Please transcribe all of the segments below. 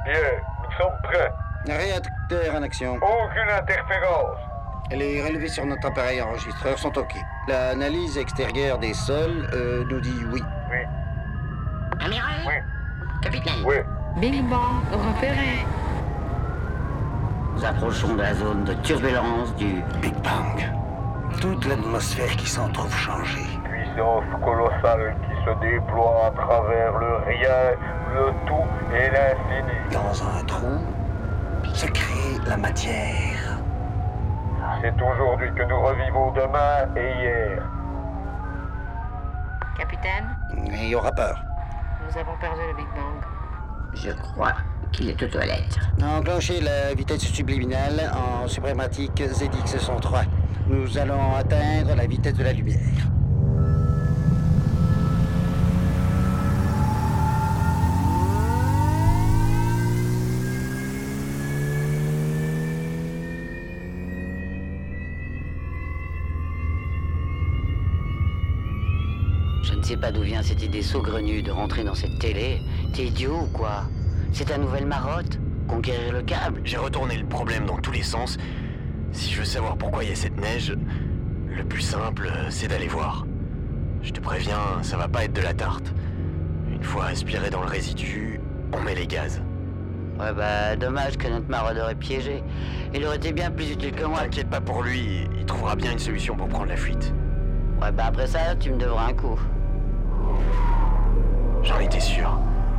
Bien, nous sommes prêts. Réacteur en action. Aucune interférence. Les relevés sur notre appareil enregistreur sont OK. L'analyse extérieure des sols nous dit oui. Oui. Amiral? Oui. Capitaine? Oui. Big Bang repéré. Nous approchons de la zone de turbulence du Big Bang. Toute l'atmosphère qui s'en trouve changée. Puissance colossale qui se déploie à travers le rien, le tout et l'infini. Dans un trou se crée la matière. C'est aujourd'hui que nous revivons demain et hier. Capitaine, Il aura peur. nous avons perdu le Big Bang. Je crois qu'il est aux toilettes. Enclenchez la vitesse subliminale en suprématique ZX103. Nous allons atteindre la vitesse de la lumière. Je ne sais pas d'où vient cette idée saugrenue de rentrer dans cette télé. T'es idiot ou quoi? C'est ta nouvelle marotte? Conquérir le câble? J'ai retourné le problème dans tous les sens. Si je veux savoir pourquoi il y a cette neige, le plus simple, c'est d'aller voir. Je te préviens, ça va pas être de la tarte. Une fois aspiré dans le résidu, on met les gaz. Ouais bah, dommage que notre maraudeur est piégé. Il aurait été bien plus utile que moi. T'inquiète pas pour lui, il trouvera bien une solution pour prendre la fuite. Ouais bah après ça, tu me devras un coup. J'en étais sûr.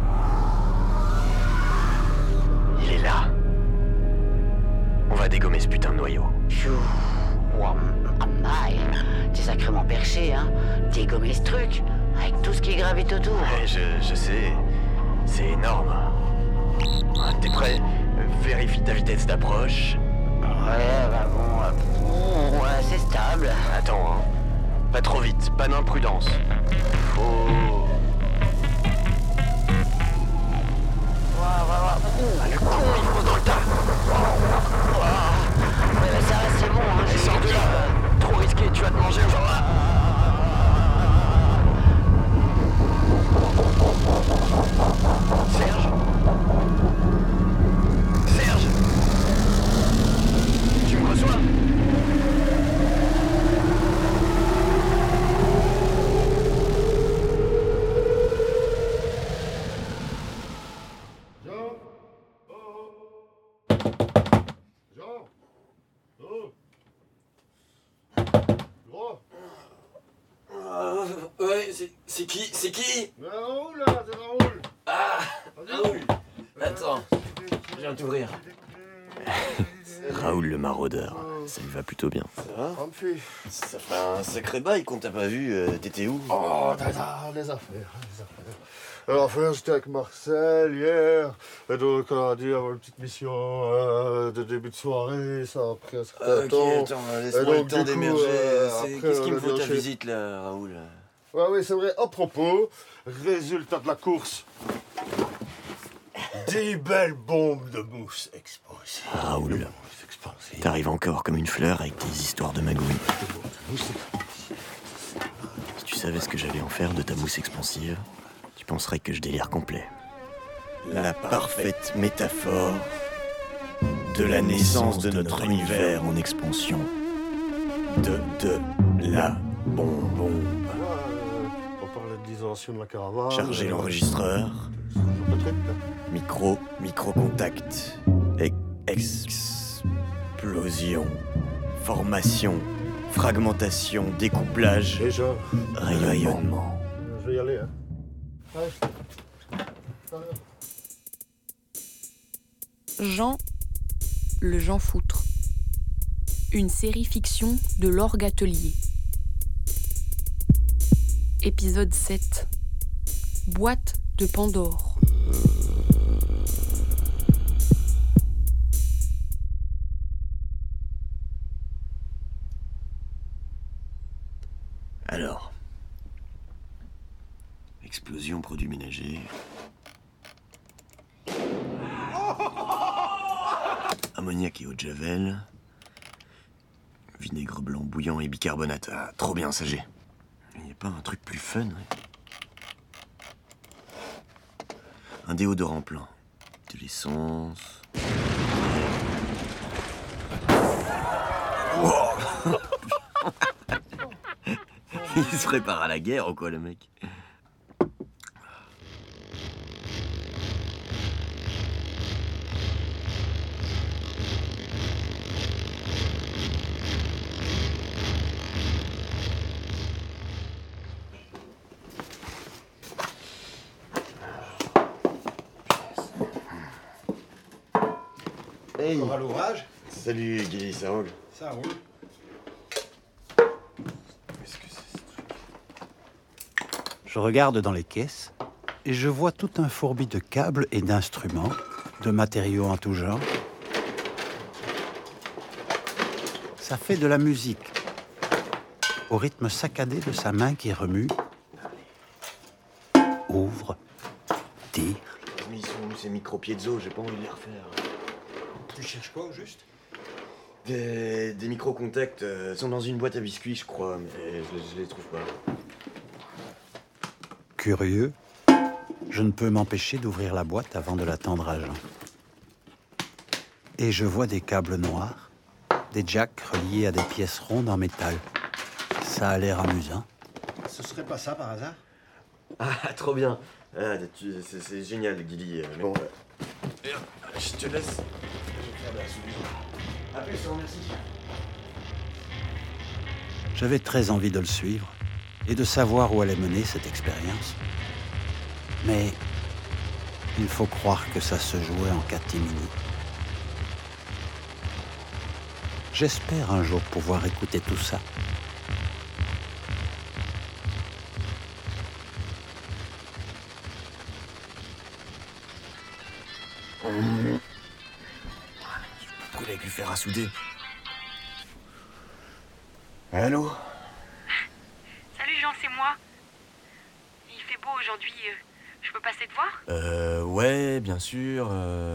Il est là. On va dégommer ce putain de noyau. Pfiou. Wow, t'es sacrément perché, hein. Dégommer ce truc, avec tout ce qui gravite autour. Ouais, je sais. C'est énorme. T'es prêt? Vérifie ta vitesse d'approche. Ouais, bah bon, ouais, c'est stable. Attends, hein. Pas trop vite, pas d'imprudence. Faut... Le con, il fonce dans le tas. Ouais, bah ça reste, c'est bon, hein. Et sors de là. Trop risqué, tu vas te manger un jour. Serge? Serge? Tu me reçois? Ouais, c'est qui? C'est qui? Raoul, là, c'est Raoul. Ah, Raoul. Attends, je viens t'ouvrir. Raoul le maraudeur, ça lui va plutôt bien. Ça va? Amphi. Ça fait un sacré bail qu'on t'a pas vu. T'étais où? Oh, les affaires. Alors, enfin, j'étais avec Marcel hier, et donc on a dit avoir une petite mission de début de soirée, ça a pris un certain Ok, temps. attends, Et laisse-moi donc, le temps du coup, d'émerger. après, Qu'est-ce qui on me a faut ta lâché. visite là, Raoul? Ouais, oui, c'est vrai. À propos, résultat de la course. 10 belles bombes de mousse explosives. Raoul, t'arrives encore comme une fleur avec tes histoires de magouilles. Si tu savais ce que j'allais en faire de ta mousse expansive, tu penserais que je délire complet. La parfaite métaphore de la naissance de notre univers en expansion. De la bombe. On parlait de l'isolation de la caravane. Chargez l'enregistreur. Micro-contact. Explosion. Formation. Fragmentation. Découplage. Déjà. Rayonnement. Je vais y aller, hein. Ouais. Jean, le Jean Foutre. Une série fiction de l'Orgue Atelier. Épisode 7. Boîte de Pandore. Alors. Explosion, produits ménagers. Ammoniac et eau de javel. Vinaigre blanc bouillant et bicarbonate. Ah, trop bien, ça j'ai. Il n'y a pas un truc plus fun, hein. Un déodorant plein. De l'essence. Il se prépare à la guerre ou quoi, le mec? Hey. Encore à l'ouvrage? Salut Guy, ça roule? Ça roule. Qu'est-ce que c'est ce truc? Je regarde dans les caisses et je vois tout un fourbi de câbles et d'instruments, de matériaux en tout genre. Ça fait de la musique, au rythme saccadé de sa main qui remue, ouvre, tire. Mais ils sont où ces micro-piezo? J'ai pas envie de les refaire. Tu cherches quoi, au juste? Des micro-contacts sont dans une boîte à biscuits, je crois, mais je les trouve pas. Curieux, je ne peux m'empêcher d'ouvrir la boîte avant de la tendre à Jean. Et je vois des câbles noirs, des jacks reliés à des pièces rondes en métal. Ça a l'air amusant. Ce serait pas ça, par hasard? Ah, trop bien. Ah, c'est génial, Guy. Mais bon, je te laisse. Je vais faire de la soupe. À plus, merci. J'avais très envie de le suivre et de savoir où allait mener cette expérience. Mais il faut croire que ça se jouait en catimini. J'espère un jour pouvoir écouter tout ça. Brûler avec du fer à souder. Allô? Salut Jean, c'est moi. Il fait beau aujourd'hui. Je peux passer te voir? Ouais, bien sûr.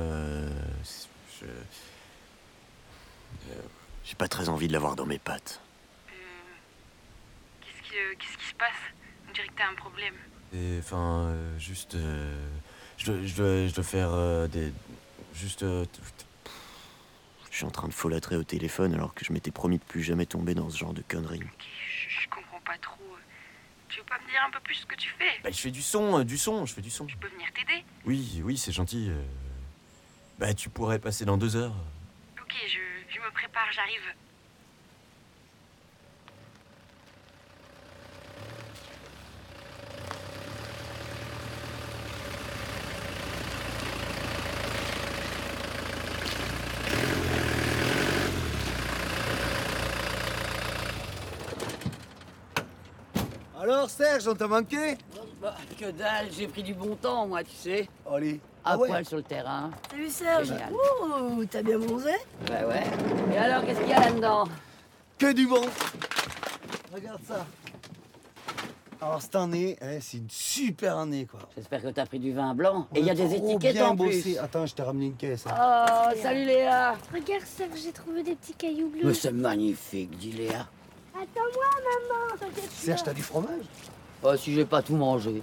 J'ai pas très envie de l'avoir dans mes pattes. Qu'est-ce qui se passe? On dirait que t'as un problème. Enfin, juste... Je dois faire des... Juste... Je suis en train de folâtrer au téléphone alors que je m'étais promis de plus jamais tomber dans ce genre de conneries. Ok, je comprends pas trop. Tu veux pas me dire un peu plus ce que tu fais? Bah, je fais du son, je fais du son. Je peux venir t'aider? Oui, c'est gentil. Bah, tu pourrais passer dans 2 heures. Ok, je me prépare, j'arrive. Alors Serge, on t'a manqué? Bah, que dalle, j'ai pris du bon temps, moi, tu sais. Allez. À poil sur le terrain. Salut Serge. Génial. Ouh, t'as bien bronzé? Ouais. Et alors, qu'est-ce qu'il y a là-dedans? Que du bon. Regarde ça. Alors cette année, c'est une super année, quoi. J'espère que t'as pris du vin blanc. Et il y a des étiquettes bien en bossé. plus. Attends, je t'ai ramené une caisse. Hein. Oh, salut Léa. Regarde Serge, j'ai trouvé des petits cailloux bleus. Mais c'est magnifique, dit Léa. Attends-moi maman, t'inquiète. Serge, t'as du fromage? Oh, si j'ai pas tout mangé.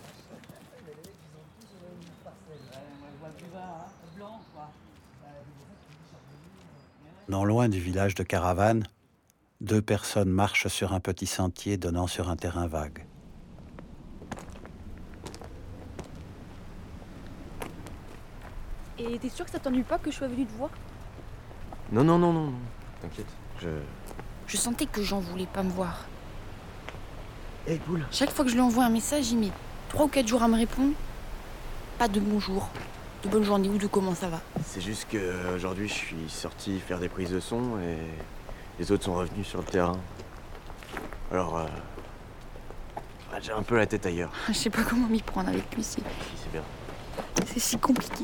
Non loin du village de Caravane, 2 personnes marchent sur un petit sentier donnant sur un terrain vague. Et t'es sûr que ça t'ennuie pas que je sois venue te voir? Non. T'inquiète, Je sentais que Jean voulait pas me voir. Hey, cool. Chaque fois que je lui envoie un message, il met 3 ou 4 jours à me répondre. Pas de bonjour, de bonne journée ou de comment ça va. C'est juste que aujourd'hui je suis sorti faire des prises de son et les autres sont revenus sur le terrain. Alors, j'ai un peu la tête ailleurs. Je sais pas comment m'y prendre avec lui, Si, c'est bien. c'est si compliqué.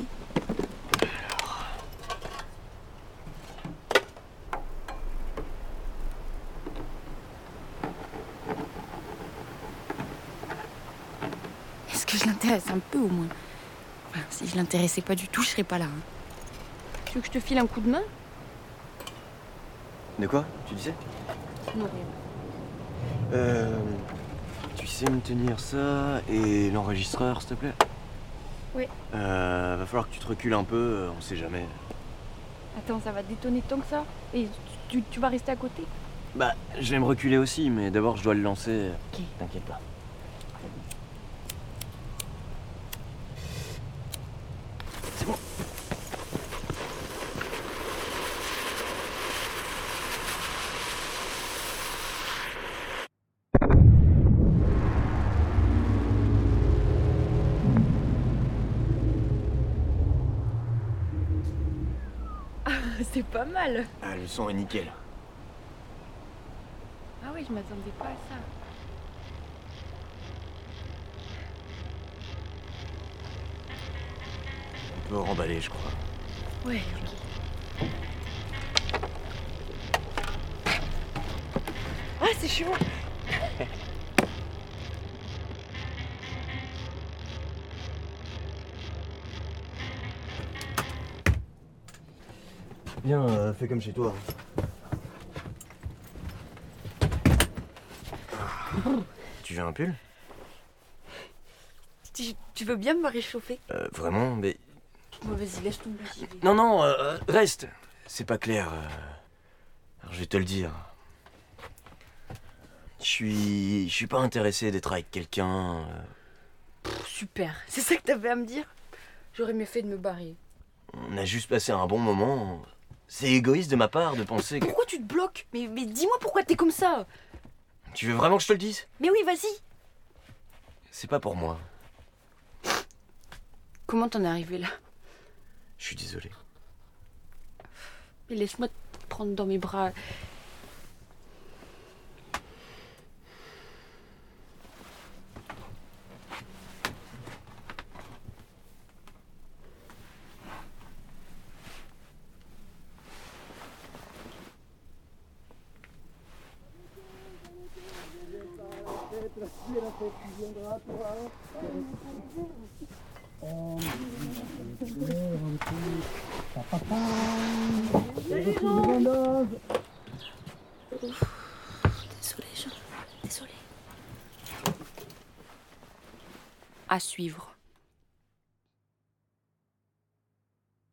Est-ce que je l'intéresse un peu au moins? Enfin, si je l'intéressais pas du tout, je serais pas là. Tu veux que je te file un coup de main? De quoi? Tu disais? Non, rien. Tu sais me tenir ça et l'enregistreur, s'il te plaît? Ouais. Va falloir que tu te recules un peu, on sait jamais. Attends, ça va détonner tant que ça? Et tu vas rester à côté? Bah, je vais me reculer aussi, mais d'abord je dois le lancer. Ok. T'inquiète pas. C'est bon. C'est pas mal. Ah, le son est nickel. Ah oui, je m'attendais pas à ça. On peut remballer, je crois. Ouais, ok. Ah, c'est chaud. Viens, fais comme chez toi. Tu veux un pull? Tu veux bien me réchauffer? Vraiment, mais... Bon, vas-y, laisse tomber. Non, non, reste. C'est pas clair. Alors, je vais te le dire. Je suis pas intéressé d'être avec quelqu'un. Super, c'est ça que t'avais à me dire? J'aurais mieux fait de me barrer. On a juste passé un bon moment. C'est égoïste de ma part de penser que... Pourquoi tu te bloques? Mais dis-moi pourquoi t'es comme ça? Tu veux vraiment que je te le dise? Mais oui, vas-y. C'est pas pour moi. Comment t'en es arrivé là? Je suis désolé. Mais laisse-moi te prendre dans mes bras. Désolée, Jean. Désolée. À suivre.